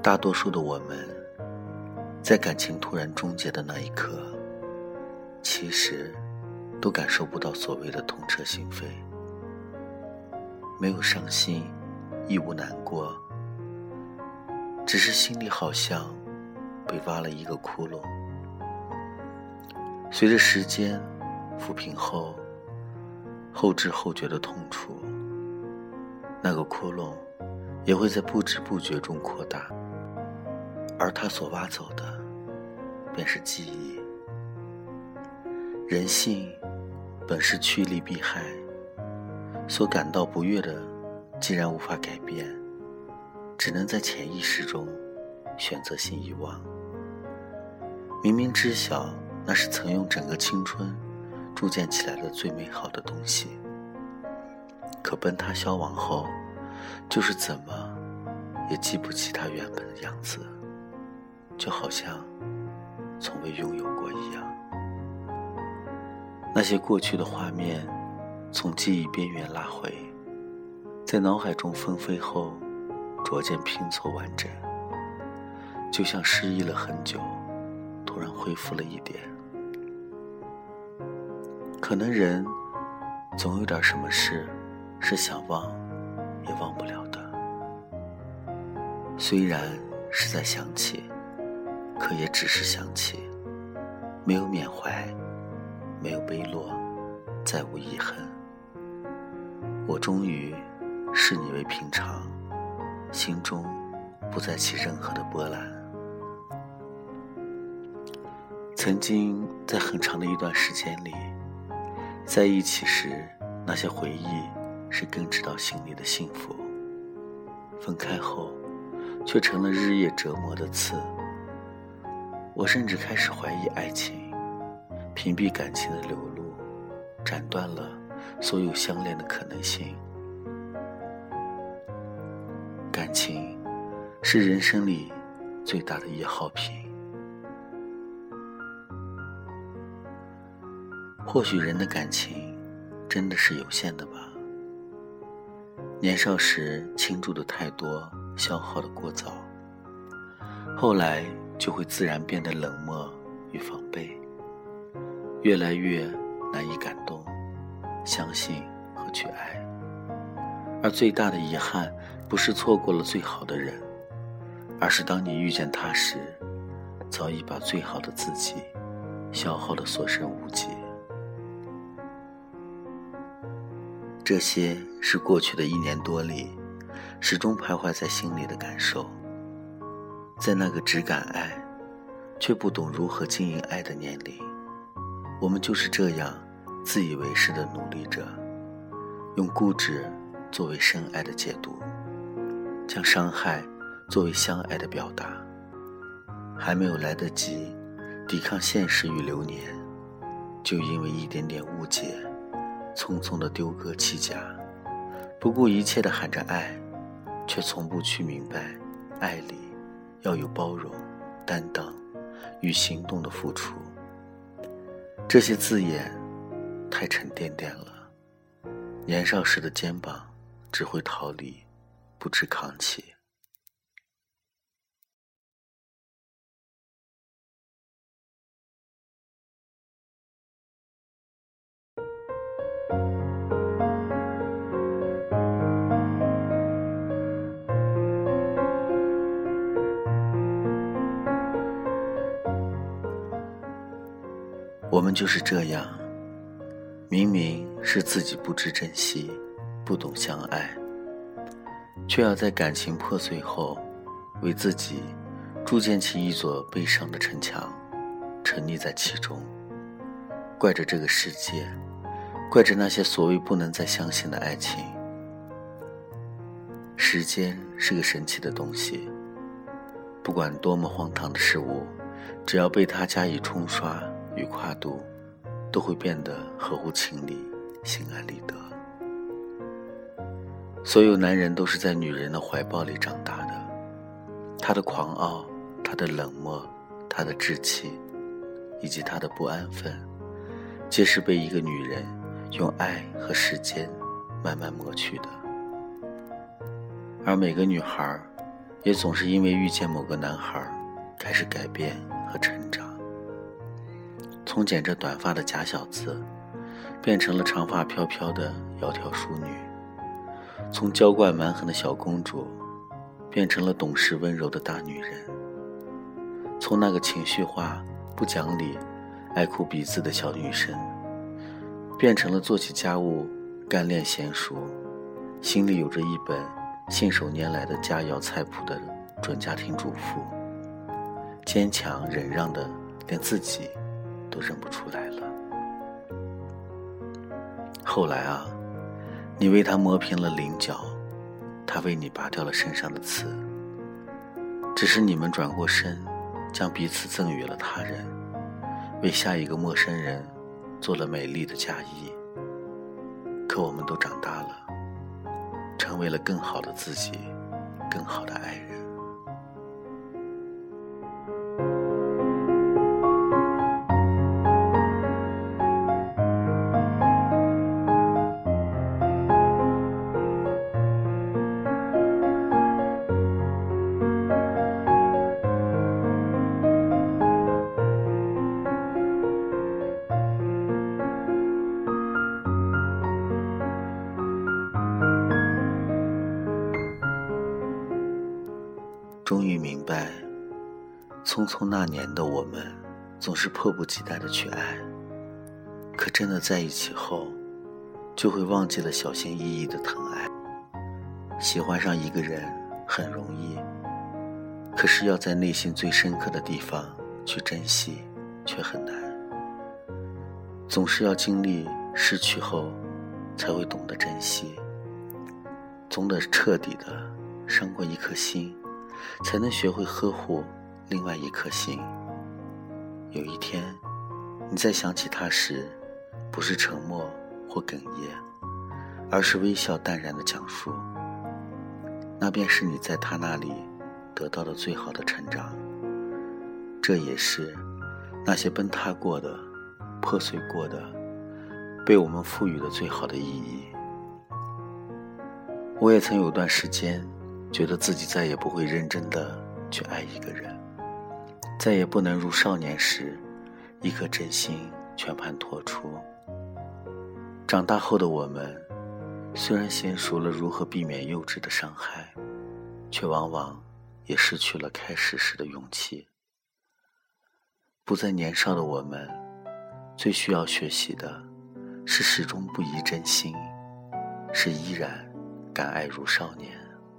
大多数的我们，在感情突然终结的那一刻，其实都感受不到所谓的痛彻心扉，没有伤心，亦无难过，只是心里好像被挖了一个窟窿。随着时间抚平后，后知后觉的痛楚，那个窟窿也会在不知不觉中扩大，而它所挖走的便是记忆。人性本是趋利避害，所感到不悦的既然无法改变，只能在潜意识中选择性遗忘。明明知晓那是曾用整个青春铸建起来的最美好的东西，可崩塌消亡后，就是怎么也记不起它原本的样子，就好像从未拥有过一样。那些过去的画面从记忆边缘拉回，在脑海中纷飞后逐渐拼凑完整，就像失忆了很久，突然恢复了一点。可能人总有点什么事是想忘也忘不了的，虽然是在想起，可也只是想起，没有缅怀，没有悲落，再无遗憾。我终于视你为平常，心中不再起任何的波澜。曾经在很长的一段时间里，在一起时那些回忆是根植到心里的幸福，分开后却成了日夜折磨的刺。我甚至开始怀疑爱情，屏蔽感情的流露，斩断了所有相恋的可能性。感情是人生里最大的一耗品。或许人的感情真的是有限的吧，年少时倾注的太多，消耗的过早，后来就会自然变得冷漠与防备，越来越难以感动、相信和去爱。而最大的遗憾不是错过了最好的人，而是当你遇见他时，早已把最好的自己消耗得所剩无几。这些是过去的1年多里始终徘徊在心里的感受。在那个只敢爱却不懂如何经营爱的年龄，我们就是这样自以为是地努力着，用固执作为深爱的解读，将伤害作为相爱的表达。还没有来得及抵抗现实与流年，就因为一点点误解匆匆地丢盔弃甲，不顾一切地喊着爱，却从不去明白爱里要有包容、担当与行动的付出。这些字眼太沉甸甸了，年少时的肩膀只会逃离，不知扛起。我们就是这样，明明是自己不知珍惜，不懂相爱，却要在感情破碎后为自己筑建起一座悲伤的城墙，沉溺在其中，怪着这个世界，怪着那些所谓不能再相信的爱情。时间是个神奇的东西，不管多么荒唐的事物，只要被它加以冲刷与跨度，都会变得合乎情理，心安理得。所有男人都是在女人的怀抱里长大的，他的狂傲，他的冷漠，他的稚气，以及他的不安分，皆是被一个女人用爱和时间慢慢磨去的。而每个女孩也总是因为遇见某个男孩开始改变和成长，从剪着短发的假小子变成了长发飘飘的窈窕淑女，从娇惯蛮横的小公主变成了懂事温柔的大女人，从那个情绪化不讲理爱哭鼻子的小女生变成了做起家务干练娴熟，心里有着一本信手拈来的佳肴菜谱的准家庭主妇，坚强忍让的连自己都认不出来了。后来啊，你为他磨平了棱角，他为你拔掉了身上的刺，只是你们转过身将彼此赠予了他人，为下一个陌生人做了美丽的嫁衣。可我们都长大了，成为了更好的自己，更好的爱人。终于明白，匆匆那年的我们总是迫不及待地去爱，可真的在一起后就会忘记了小心翼翼的疼爱。喜欢上一个人很容易，可是要在内心最深刻的地方去珍惜却很难。总是要经历失去后才会懂得珍惜，总得彻底的伤过一颗心，才能学会呵护另外一颗心。有一天你在想起他时，不是沉默或哽咽，而是微笑淡然的讲述，那便是你在他那里得到的最好的成长。这也是那些崩塌过的破碎过的被我们赋予的最好的意义。我也曾有段时间觉得自己再也不会认真的去爱一个人，再也不能如少年时一颗真心全盘托出。长大后的我们虽然娴熟了如何避免幼稚的伤害，却往往也失去了开始时的勇气。不再年少的我们最需要学习的是始终不移真心，是依然敢爱如少年。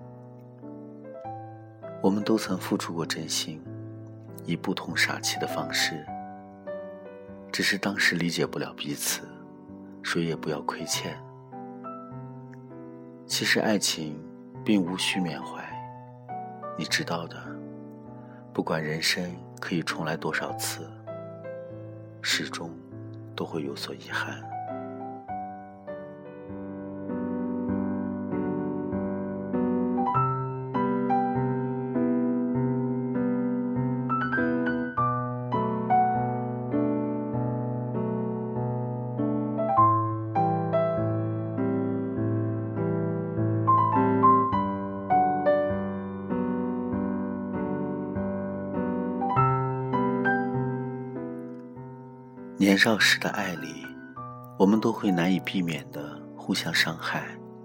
我们都曾付出过真心，以不同傻气的方式，只是当时理解不了彼此，谁也不要亏欠。其实爱情并无需缅怀，你知道的，不管人生可以重来多少次，始终都会有所遗憾。年少时的爱里，我们都会难以避免的互相伤害，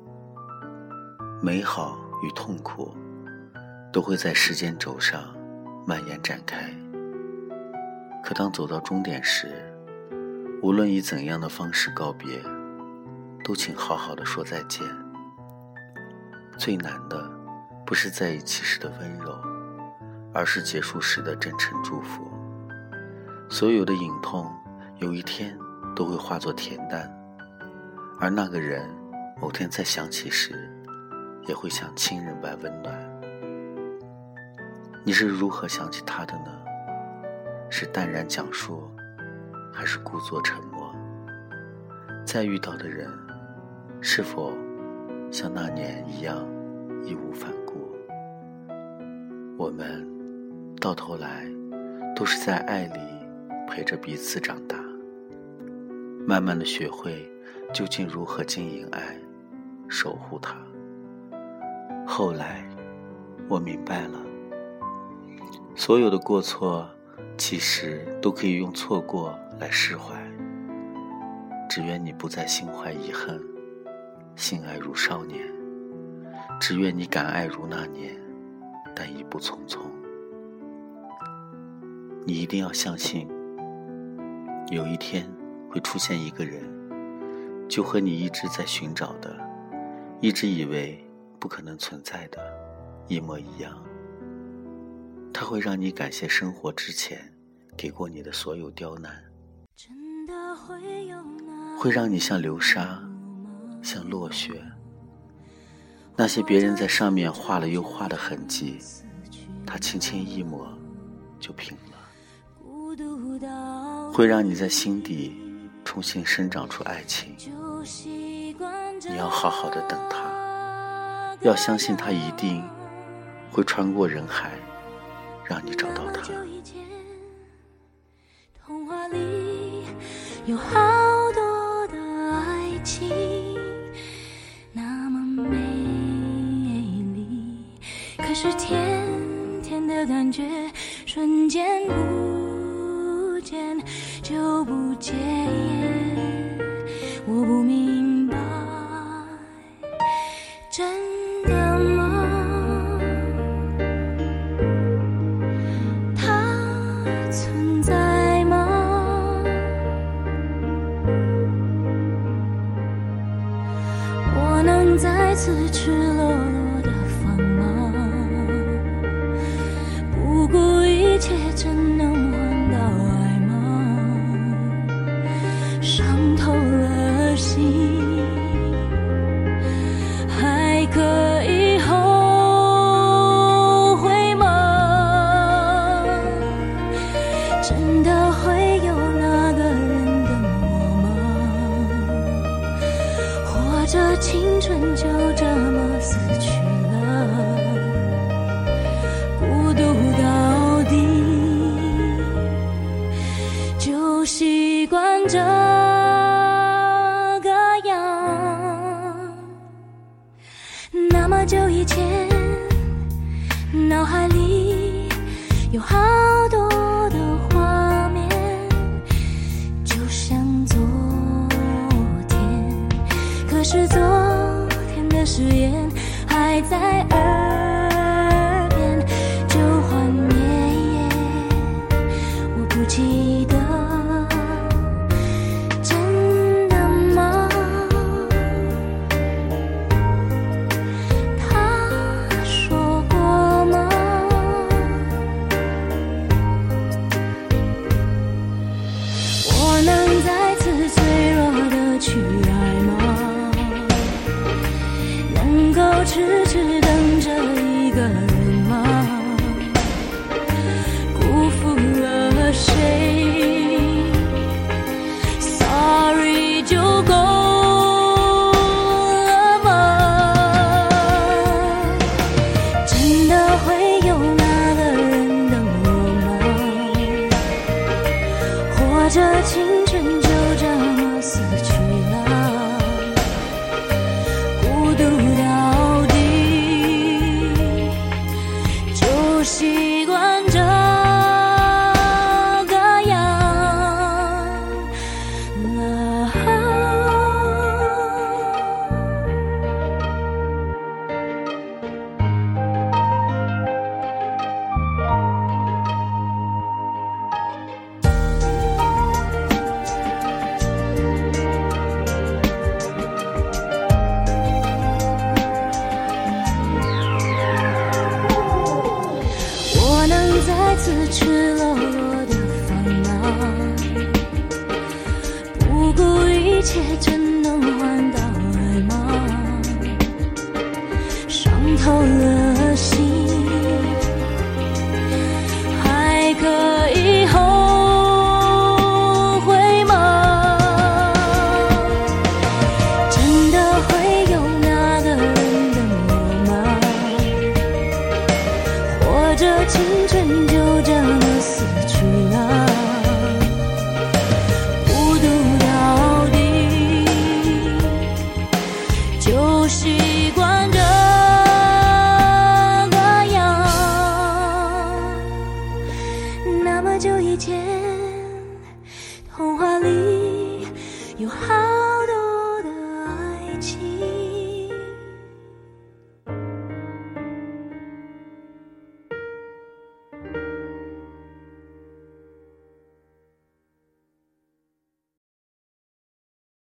美好与痛苦都会在时间轴上蔓延展开。可当走到终点时，无论以怎样的方式告别，都请好好的说再见。最难的不是在一起时的温柔，而是结束时的真诚祝福。所有的隐痛有一天都会化作恬淡，而那个人某天再想起时，也会像亲人般温暖。你是如何想起他的呢？是淡然讲述，还是故作沉默？再遇到的人，是否像那年一样义无反顾？我们到头来都是在爱里陪着彼此长大，慢慢的学会究竟如何经营爱，守护它。后来我明白了，所有的过错其实都可以用错过来释怀。只愿你不再心怀遗憾，性爱如少年，只愿你敢爱如那年，但一步匆匆。你一定要相信，有一天会出现一个人，就和你一直在寻找的，一直以为不可能存在的一模一样。他会让你感谢生活之前给过你的所有刁难，会让你像流沙，像落雪，那些别人在上面画了又画的痕迹，他轻轻一抹就平了。会让你在心底重新生长出爱情。你要好好的等他，要相信他一定会穿过人海，让你找到他。 童话里有好多的爱情，那么美丽，可是甜甜的感觉瞬间不见就不见，我不明白，真的吗？它存在吗？我能再次赤裸裸地放吗？不顾一切，真能换到爱吗？伤透了心，还可以后悔吗？真的会有那个人等我吗？或者青春就这么死去了，孤独到底，就习惯这个样。那么久以前，脑海里有好多的画面，就像昨天，可是昨天的誓言还在耳边，就幻灭，我不记得。真的吗？他说过吗？我能再次脆弱的去爱吗？能够痴痴等着一个人吗？辜负了谁？Sorry 就够了吗？真的会有那个人等我吗？或者青春就这么死去了，孤独到底，就习惯这个样了。我能再次赤裸裸的放吗？不顾一切，真能换到爱吗？伤透了心，还可以后悔吗？真的会有那个人等我吗？或者青春就这么死去了，孤独到底，就习惯这个样。 童话里有好